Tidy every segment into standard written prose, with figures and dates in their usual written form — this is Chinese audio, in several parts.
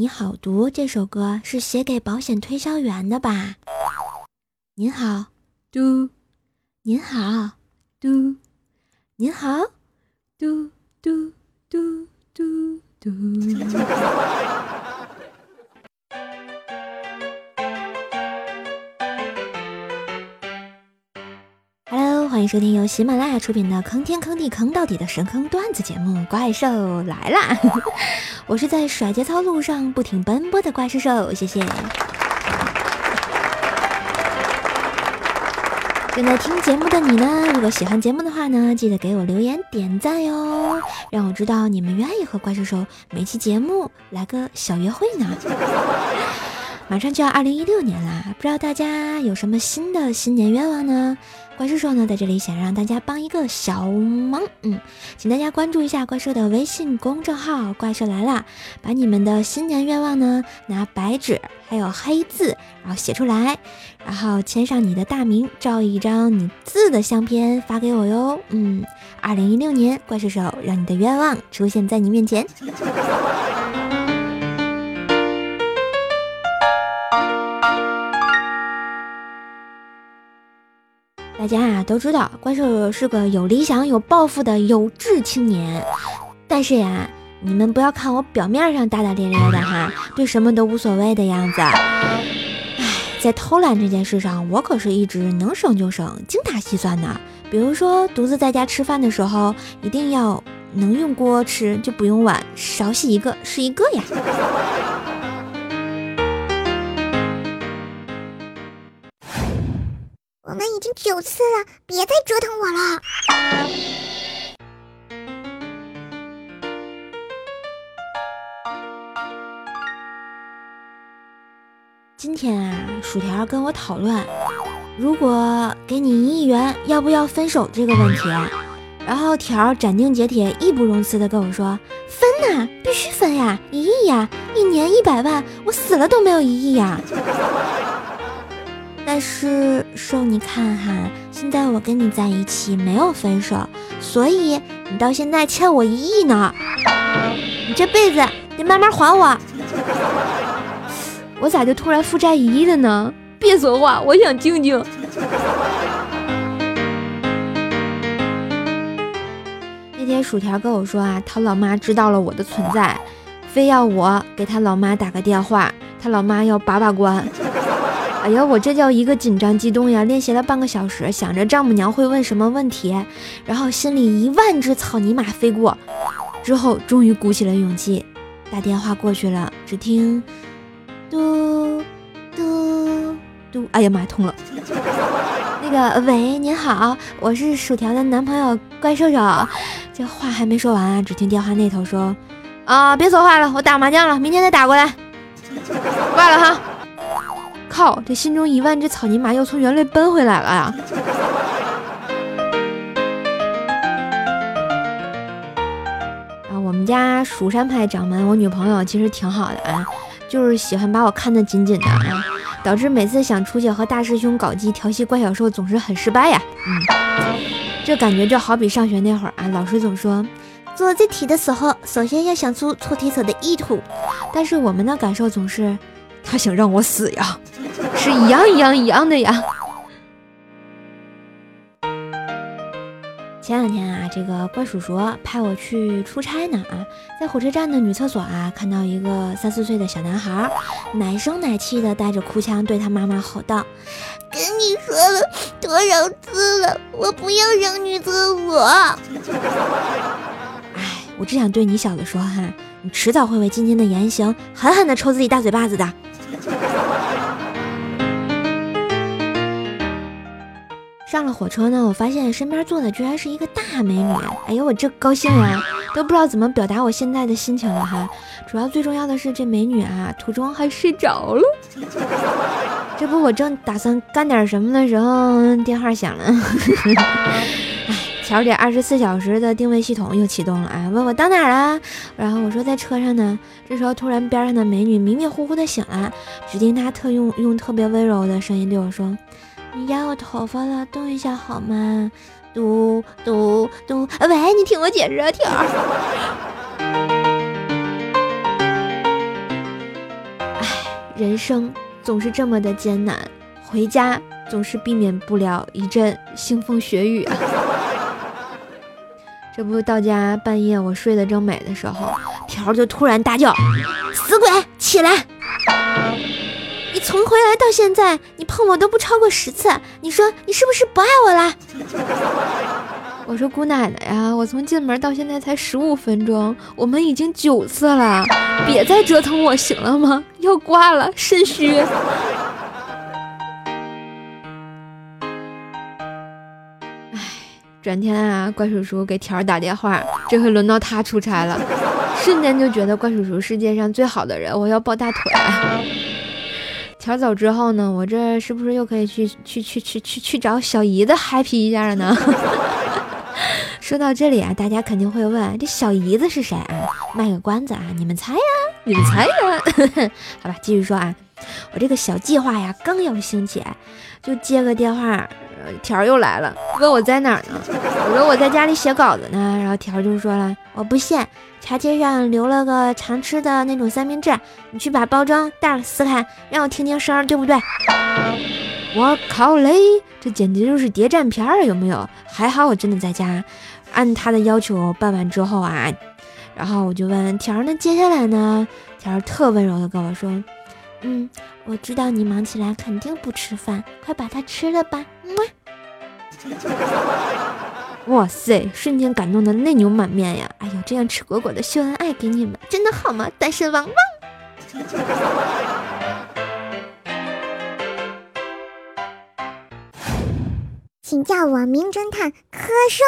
你好读这首歌是写给保险推销员的吧？您好，嘟，您好，嘟，您好，嘟嘟嘟嘟嘟。Hello， 欢迎收听由喜马拉雅出品的坑天坑地坑到底的神坑段子节目《怪兽来啦》。我是在甩节操路上不停奔波的怪兽兽，谢谢。正在听节目的你呢，如果喜欢节目的话呢，记得给我留言点赞哟，让我知道你们愿意和怪兽兽每期节目来个小约会呢。马上就要2016年啦，不知道大家有什么新的新年愿望呢？怪兽兽呢在这里想让大家帮一个小忙，请大家关注一下怪兽的微信公众号怪兽来啦，把你们的新年愿望呢拿白纸还有黑字然后写出来，然后签上你的大名，照一张你字的相片发给我哟。2016年怪兽兽让你的愿望出现在你面前。大家啊都知道怪兽是个有理想有抱负的有志青年，但是呀，你们不要看我表面上大大咧咧的哈，对什么都无所谓的样子。在偷懒这件事上，我可是一直能省就省，精打细算的。比如说独自在家吃饭的时候，一定要能用锅吃就不用碗，少洗一个是一个呀。 我们已经9次了，别再折腾我了。 今天啊，薯条跟我讨论，如果给你1亿元，要不要分手这个问题。然后条斩钉截铁、义不容辞的跟我说：“分呐，必须分呀，1亿呀，1年100万，我死了都没有1亿呀。”但是受你看哈，现在我跟你在一起没有分手，所以你到现在欠我1亿呢，你这辈子得慢慢还我。我咋就突然负债1亿了呢？别说话，我想静静。那天薯条跟我说啊，他老妈知道了我的存在，非要我给他老妈打个电话，他老妈要把关。哎呀，我这叫一个紧张激动呀！练习了半个小时，想着丈母娘会问什么问题，然后心里10000只草泥马飞过，之后终于鼓起了勇气，打电话过去了。只听嘟嘟嘟，哎呀妈，通了。那个喂，您好，我是薯条的男朋友怪兽兽。这话还没说完啊，只听电话那头说：“啊，别说话了，我打麻将了，明天再打过来。”挂了哈。靠，这心中10000只草泥马又从原来奔回来了呀！我们家蜀山派掌门，我女朋友其实挺好的啊，就是喜欢把我看得紧紧的啊，导致每次想出去和大师兄搞基调戏怪小兽总是很失败呀。这感觉就好比上学那会儿啊，老师总说做这题的时候，首先要想出出题者的意图，但是我们的感受总是他想让我死呀，是一样的呀。前2天啊，这个怪叔叔派我去出差呢啊，在火车站的女厕所啊，看到一个3、4岁的小男孩，奶声奶气的带着哭腔对他妈妈吼道：“ 跟你说了多少次了，我不要上女厕所。” 哎，我只想对你小子说哈，你迟早会为今天的言行狠狠的抽自己大嘴巴子的。上了火车呢，我发现身边坐的居然是一个大美女，哎呦我这高兴呀，都不知道怎么表达我现在的心情了哈。主要最重要的是这美女啊，途中还睡着了。这不我正打算干点什么的时候，电话响了。调点24小时的定位系统又启动了啊，问我到哪了，然后我说在车上呢。这时候突然边上的美女迷迷糊糊的醒了，只听她用特别温柔的声音对我说：“你压我头发了，动一下好吗？”嘟嘟嘟，喂，你听我解释啊，条儿。 人生总是这么的艰难，回家总是避免不了一阵腥风血雨啊。这不到家半夜我睡得正美的时候，条就突然大叫：死鬼起来！你从回来到现在，你碰我都不超过10次，你说你是不是不爱我啦？我说姑奶奶呀，我从进门到现在才15分钟，我们已经9次了，别再折腾我行了吗？要挂了，肾虚。转天啊，怪叔叔给条打电话，这回轮到他出差了，瞬间就觉得怪叔叔世界上最好的人，我要抱大腿。条走之后呢，我这是不是又可以去找小姨子 happy 一下了呢？说到这里啊，大家肯定会问，这小姨子是谁啊？卖个关子啊，你们猜呀。好吧，继续说啊，我这个小计划呀刚要兴起，就接个电话，条又来了，问我在哪儿呢？我说我在家里写稿子呢。然后条就说了，我不信，茶几上留了个常吃的那种三明治，你去把包装袋撕开，让我听听声，对不对？我靠嘞，这简直就是谍战片儿，有没有？还好我真的在家，按他的要求办完之后啊，然后我就问条呢，接下来呢？条特温柔的跟我说，我知道你忙起来肯定不吃饭，快把它吃了吧。哇塞，瞬间感动的泪流满面呀！哎呦，这样吃果果的秀恩爱给你们，真的好吗？单身汪汪。 请叫我名侦探柯受。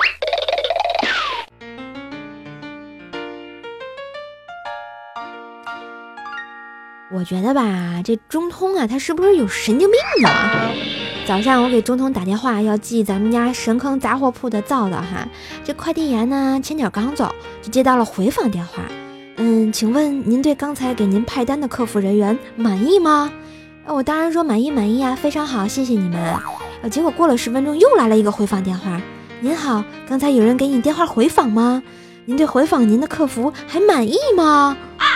我觉得吧，这中通啊，他是不是有神经病啊？早上我给中通打电话，要寄咱们家神坑杂货铺的皂的哈，这快递员呢前脚刚走，就接到了回访电话。请问您对刚才给您派单的客服人员满意吗？我当然说满意啊，非常好，谢谢你们。结果过了10分钟，又来了一个回访电话。您好，刚才有人给你电话回访吗？您对回访您的客服还满意吗？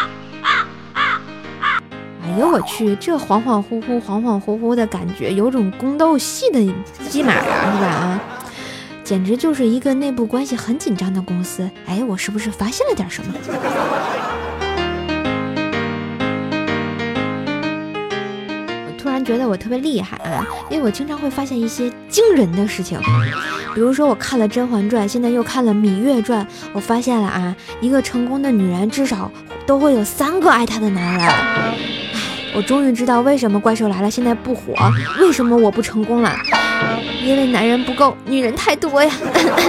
哎呦我去，这恍恍惚惚的感觉，有种宫斗戏的戏码啊，是吧？啊，简直就是一个内部关系很紧张的公司。哎，我是不是发现了点什么？突然觉得我特别厉害啊，因为我经常会发现一些惊人的事情。比如说我看了《甄嬛传》，现在又看了《芈月传》，我发现了啊，一个成功的女人至少都会有3个爱她的男人。我终于知道为什么怪兽来了现在不火，为什么我不成功了，因为男人不够，女人太多呀。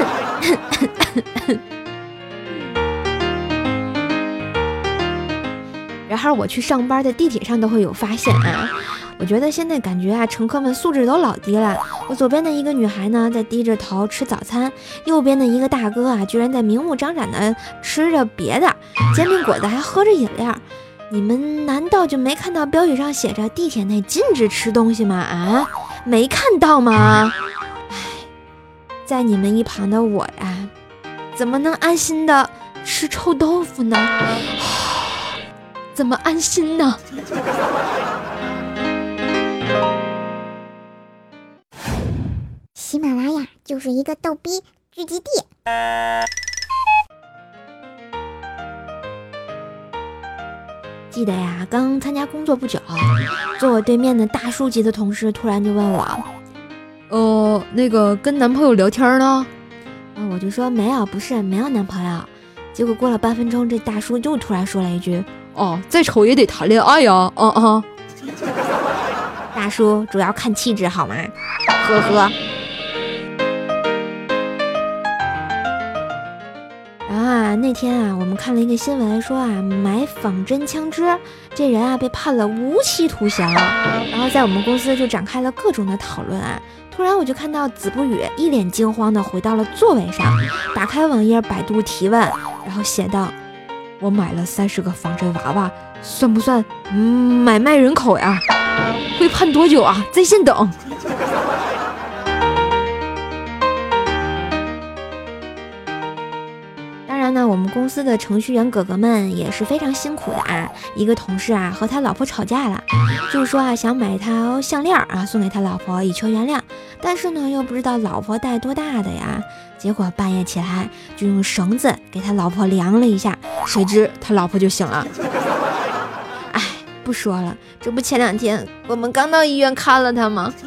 然后我去上班的地铁上都会有发现啊，我觉得现在感觉啊，乘客们素质都老低了。我左边的一个女孩呢，在低着头吃早餐，右边的一个大哥啊，居然在明目张胆的吃着别的煎饼果子，还喝着饮料。你们难道就没看到标语上写着地铁内禁止吃东西吗？啊，没看到吗？唉，在你们一旁的我呀，怎么能安心的吃臭豆腐呢？怎么安心呢？ 喜马拉雅就是一个逗逼聚集地。 记得呀，刚参加工作不久，坐我对面的大叔级的同事突然就问我，那个跟男朋友聊天呢？我就说没有，不是，没有男朋友。结果过了半分钟，这大叔就突然说了一句，再丑也得谈恋爱呀，大叔主要看气质好吗？呵呵。然后啊，那天啊，我们看了一个新闻，说啊，买仿真枪支，这人啊被判了无期徒刑。然后在我们公司就展开了各种的讨论啊。突然我就看到子不语一脸惊慌的回到了座位上，打开网页百度提问，然后写道：我买了30个仿真娃娃，算不算买卖人口呀？会判多久啊？在线等。当然然呢，我们公司的程序员哥哥们也是非常辛苦的啊。一个同事啊和他老婆吵架了，就是说啊想买一条项链啊送给他老婆以求原谅，但是呢又不知道老婆戴多大的呀，结果半夜起来就用绳子给他老婆量了一下，谁知他老婆就醒了。哎，不说了，这不前2天我们刚到医院看了他吗？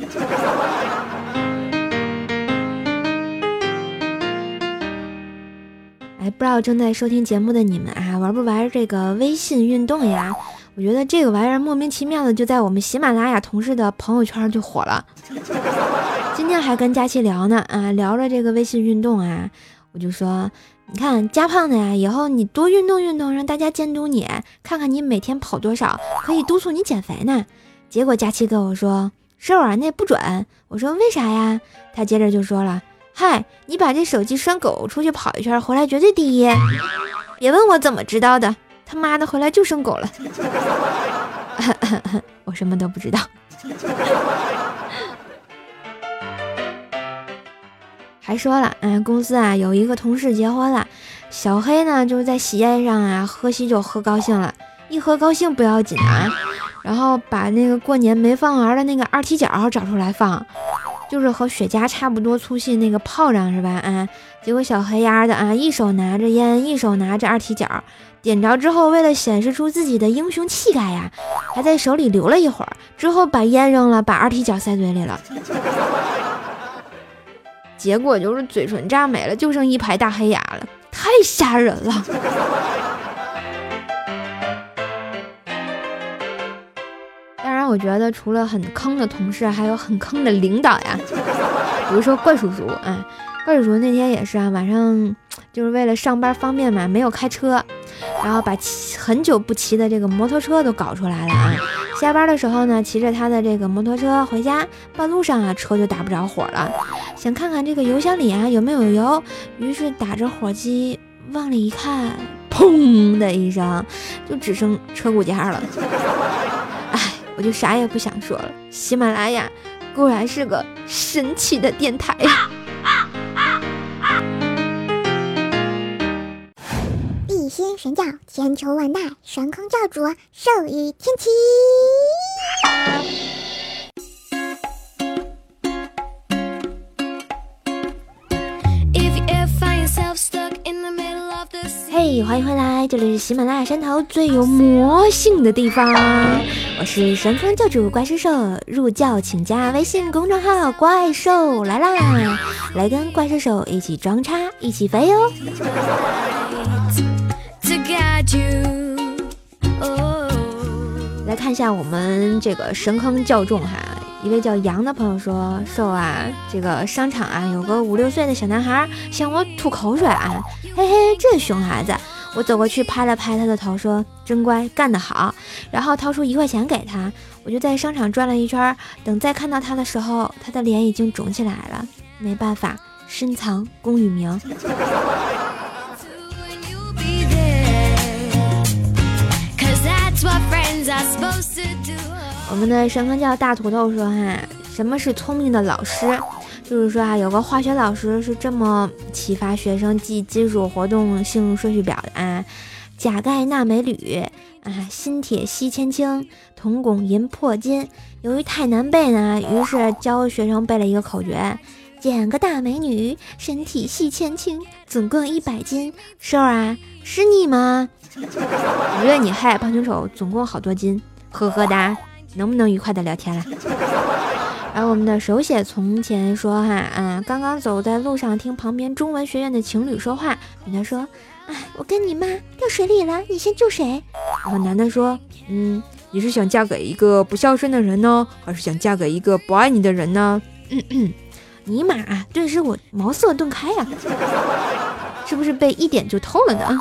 不知道正在收听节目的你们啊，玩不玩这个微信运动呀？我觉得这个玩意儿莫名其妙的就在我们喜马拉雅同事的朋友圈就火了。今天还跟佳琪聊呢啊，聊着这个微信运动啊，我就说，你看加胖的呀，以后你多运动运动，让大家监督你，看看你每天跑多少，可以督促你减肥呢。结果佳琪跟我说，瘦啊那不准。我说为啥呀？他接着就说了，嗨，你把这手机拴狗出去跑一圈，回来绝对第一。别问我怎么知道的，他妈的回来就剩狗了。我什么都不知道。还说了，公司啊有一个同事结婚了，小黑呢就是在喜宴上啊喝喜酒喝高兴了，一喝高兴不要紧啊，然后把那个过年没放完的那个二踢脚找出来放。就是和雪茄差不多粗细那个炮仗是吧？啊，结果小黑丫的啊，一手拿着烟，一手拿着二踢脚，点着之后，为了显示出自己的英雄气概呀，还在手里留了一会儿，之后把烟扔了，把二踢脚塞嘴里了。结果就是嘴唇炸没了，就剩一排大黑牙了，太吓人了。我觉得除了很坑的同事，还有很坑的领导呀。比如说怪叔叔，怪叔叔那天也是啊，晚上就是为了上班方便嘛，没有开车，然后把很久不骑的这个摩托车都搞出来了啊。下班的时候呢，骑着他的这个摩托车回家，半路上啊车就打不着火了，想看看这个油箱里啊有没有油，于是打着火机往里一看，砰的一声，就只剩车骨架了。我就啥也不想说了，喜马拉雅果然是个神奇的电台。 地心神教，千秋万代，神坑教主寿与天齐。 嘿，欢迎回来，这里是喜马拉雅山头最有魔性的地方，我是神坑教主怪兽兽，入教请加微信公众号怪兽来啦，来跟怪兽兽一起装叉，一起飞哟。来看一下我们这个神坑教众哈，一位叫杨的朋友说，兽啊，这个商场啊有个5、6岁的小男孩向我吐口水啊，嘿嘿，这熊孩子。我走过去拍了拍他的头，说真乖，干得好，然后掏出1块钱给他。我就在商场转了一圈，等再看到他的时候，他的脸已经肿起来了，没办法，深藏功与名。我们的神坑教大土豆说哈，什么是聪明的老师？就是说啊，有个化学老师是这么启发学生记金属活动性顺序表的啊：钾钙钠镁铝啊，锌铁硒铅氢，铜汞银钋金。由于太难背呢，于是教学生背了一个口诀：捡个大美女，身体细纤轻，总共100斤。瘦啊，是你吗？无论你害胖拳手总共好多斤，呵呵哒，能不能愉快的聊天了？而我们的手写从前说哈，刚刚走在路上，听旁边中文学院的情侣说话，女的说，我跟你妈掉水里了，你先救谁？然后男的说，你是想嫁给一个不孝顺的人呢，还是想嫁给一个不爱你的人呢？尼玛啊，顿时我茅塞顿开呀，是不是被一点就透了呢？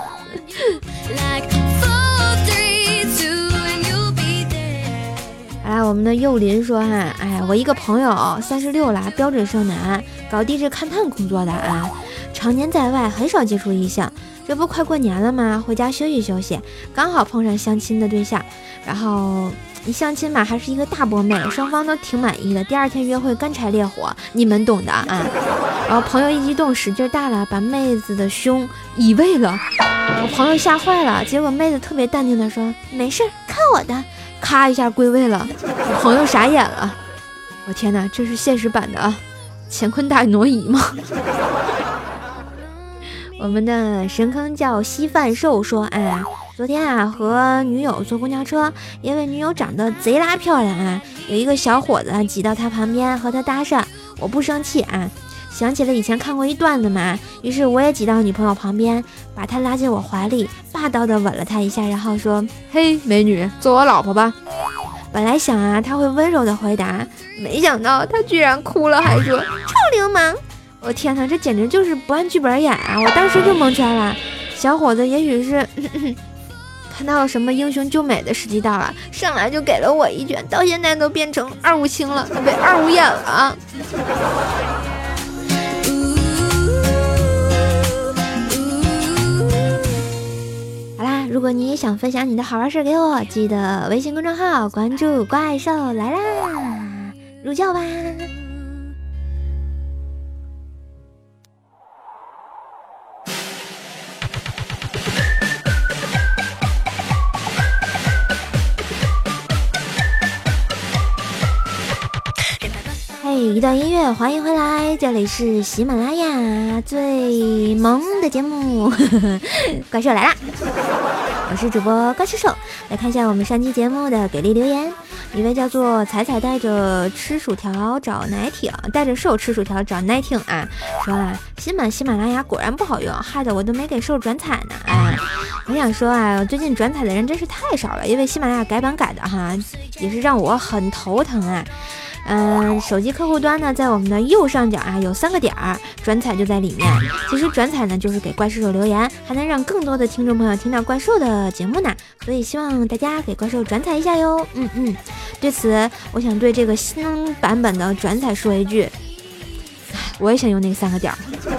来，我们的幼林说哈，我一个朋友36了，标准剩男，搞地质勘探工作的啊，常年在外，很少接触异性。 这不快过年了吗？回家休息休息，刚好碰上相亲的对象，然后一相亲嘛，还是一个大波妹，双方都挺满意的。第二天约会干柴烈火，你们懂的啊。然后朋友一激动，使劲大了，把妹子的胸移位了。我朋友吓坏了，结果妹子特别淡定的说：“没事，看我的。”咔一下归位了，我朋友傻眼了。我天哪，这是现实版的乾坤大挪移吗？我们的神坑叫稀饭瘦说，昨天啊和女友坐公交车，因为女友长得贼拉漂亮啊，有一个小伙子挤到她旁边和她搭讪，我不生气啊，想起了以前看过一段子嘛，于是我也挤到女朋友旁边，把她拉进我怀里，霸道的吻了她一下，然后说：“嘿，美女，做我老婆吧。”本来想啊她会温柔的回答，没想到她居然哭了，还说：“臭流氓！”我天哪，这简直就是不按剧本演啊！我当时就蒙圈了。小伙子也许是看到了什么英雄救美的时机到了，上来就给了我一拳，到现在都变成二五青了，被二五眼了。好啦，如果你也想分享你的好玩事给我，记得微信公众号关注怪兽来啦，入教吧。一段音乐，欢迎回来，这里是喜马拉雅最萌的节目怪兽来啦，我是主播怪兽兽。来看一下我们上期节目的给力留言，一位叫做彩彩带着吃薯条找奶挺，带着瘦吃薯条找奶挺啊，说啊新版喜马拉雅果然不好用，害得我都没给瘦转采呢啊。我想说啊，最近转采的人真是太少了，因为喜马拉雅改版改的哈，也是让我很头疼啊。手机客户端呢，在我们的右上角啊有3个点儿，转采就在里面。其实转采呢，就是给怪兽手留言，还能让更多的听众朋友听到怪兽的节目呢。所以希望大家给怪兽转采一下哟。对此，我想对这个新版本的转采说一句，我也想用那3个点儿。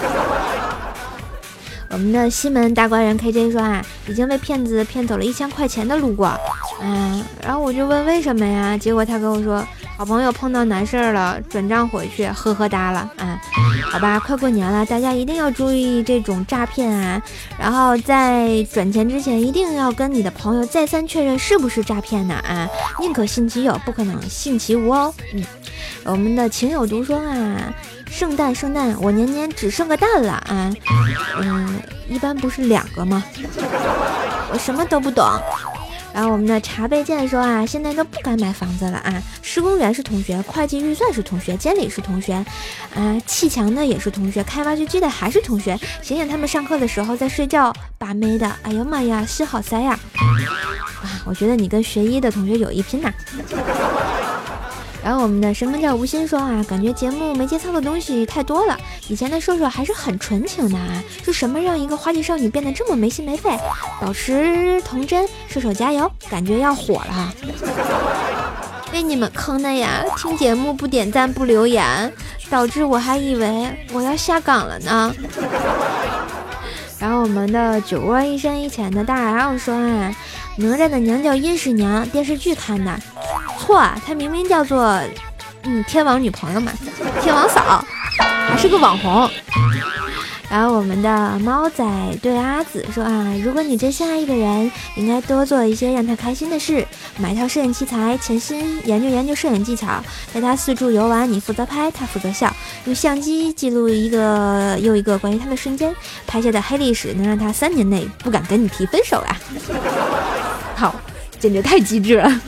我们的西门大官人 KJ 说啊，已经被骗子骗走了1000块钱的路过，然后我就问为什么呀？结果他跟我说，好朋友碰到难事儿了，转账回去，呵呵哒了啊。好吧，快过年了，大家一定要注意这种诈骗啊，然后在转钱之前一定要跟你的朋友再三确认是不是诈骗呢啊，宁可信其有，不可能信其无哦。我们的情有独说啊，圣诞，我年年只剩个蛋了啊！一般不是2个吗？我什么都不懂。然后我们的茶杯剑说啊，现在都不敢买房子了啊！施工员是同学，会计预算是同学，监理是同学，砌墙的也是同学，开挖掘机的还是同学。想想他们上课的时候在睡觉把妹的，哎呀妈呀，心好塞呀！我觉得你跟学医的同学有一拼呐。然后我们的神坑叫无心说啊，感觉节目没节操的东西太多了，以前的瘦瘦还是很纯情的啊，是什么让一个花季少女变得这么没心没肺？保持童真，瘦瘦加油，感觉要火了。被你们坑的呀，听节目不点赞不留言，导致我还以为我要下岗了呢。然后我们的酒窝一深一浅的大 L 说啊，哪吒的娘叫殷世娘，电视剧看的。错啊，她明明叫做天王女朋友嘛，天王嫂，还是个网红。然后我们的猫仔对阿紫说啊，如果你真心爱一个人，应该多做一些让他开心的事，买套摄影器材，潜心研究摄影技巧，带他四处游玩，你负责拍，他负责笑，用相机记录一个又一个关于他的瞬间，拍下的黑历史能让他3年内不敢跟你提分手啊！好，简直太机智了。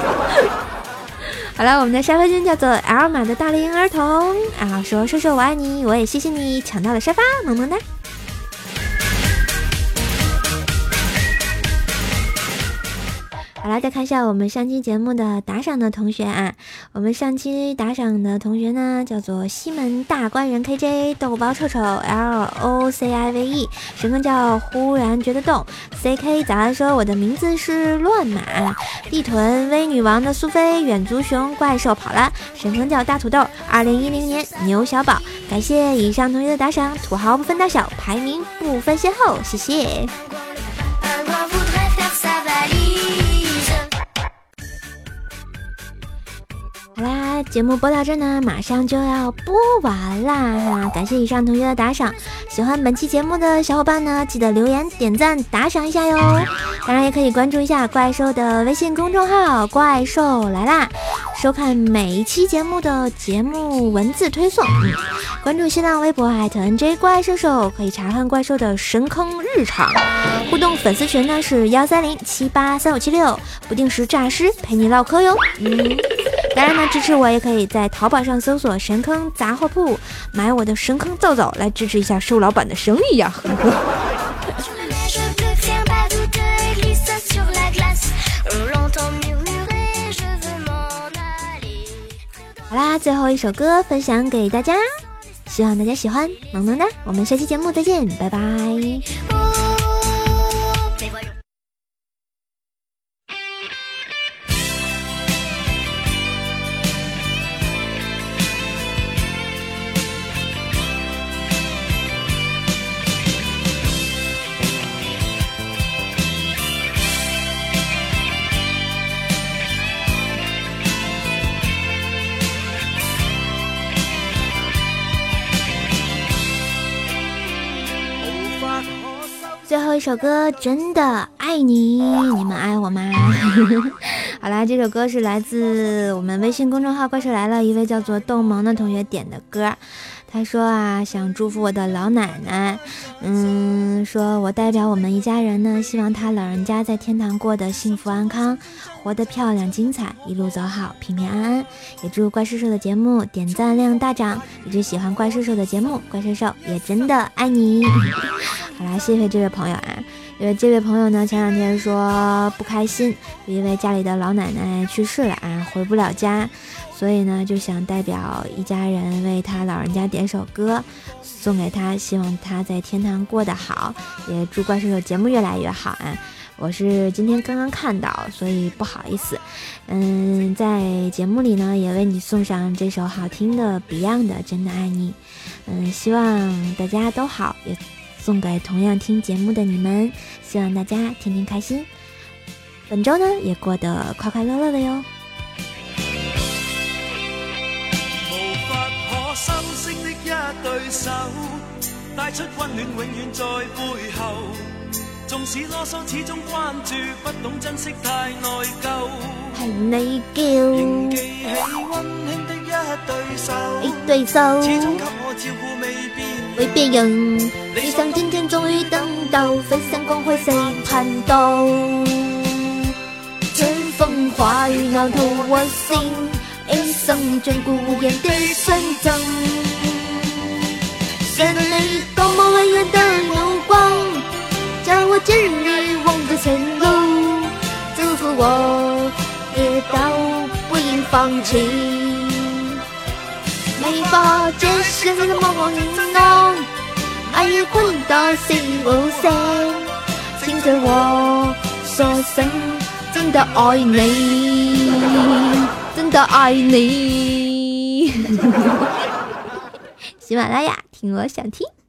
好了，我们的沙发君叫做 L 码的大龄儿童啊，说瘦瘦我爱你，我也谢谢你抢到了沙发，萌萌哒。好来，再看一下我们上期节目的打赏的同学啊。我们上期打赏的同学呢，叫做西门大官人 KJ、豆包臭臭 LOCIVE、神坑叫忽然觉得动 CK 早安说我的名字是乱马、地臀微女王的苏菲、远足熊怪兽跑了、神坑叫大土豆、2010年牛小宝。感谢以上同学的打赏，土豪不分大小，排名不分先后，谢谢。好啦，节目播到这呢，马上就要播完啦！感谢以上同学的打赏，喜欢本期节目的小伙伴呢，记得留言、点赞、打赏一下哟。当然也可以关注一下怪兽的微信公众号“怪兽来啦”，收看每一期节目的节目文字推送。关注新浪微博@NJ 怪兽手，可以查看怪兽的神坑日常。互动粉丝群呢是130783576，不定时诈尸陪你唠嗑哟。当然呢，支持我也可以在淘宝上搜索神坑杂货铺，买我的神坑皂皂来支持一下瘦老板的生意呀。好啦，最后一首歌分享给大家，希望大家喜欢，萌萌哒！我们下期节目再见，拜拜。最后一首歌真的爱你，你们爱我吗？好啦，这首歌是来自我们微信公众号怪兽来了一位叫做豆萌的同学点的歌。他说啊，想祝福我的老奶奶，说我代表我们一家人呢，希望她老人家在天堂过得幸福安康，活得漂亮精彩，一路走好，平平安安。也祝怪兽兽的节目点赞量大涨，一直喜欢怪兽兽的节目，怪兽兽也真的爱你。好啦，谢谢这位朋友啊。因为这位朋友呢，前两天说不开心，因为家里的老奶奶去世了啊，回不了家，所以呢就想代表一家人为他老人家点首歌送给他，希望他在天堂过得好，也祝怪兽兽节目越来越好啊。我是今天刚刚看到，所以不好意思。在节目里呢，也为你送上这首好听的 Beyond 的《真的爱你》。希望大家都好，也送给同样听节目的你们，希望大家天天开心，本周呢也过得快快乐乐的哟。 無法可修飾的一對手，帶出溫暖永遠在背後，縱使囉嗦始終關注，不懂珍惜太內疚， 係你叫仍記起溫馨的一對手， 始終給我照顧未變為別人理想天天終於等到，飛身光輝四頻道，春風化雨鬧桃花線，一生眷顧人的深圳，想到你多麼溫柔的目光，叫我今日望着前路，祝福我跌倒不應放棄，沒法解釋的夢濃，愛與困到心無聲，聽着我說聲真的愛你，真的愛你。喜马拉雅，听我想听。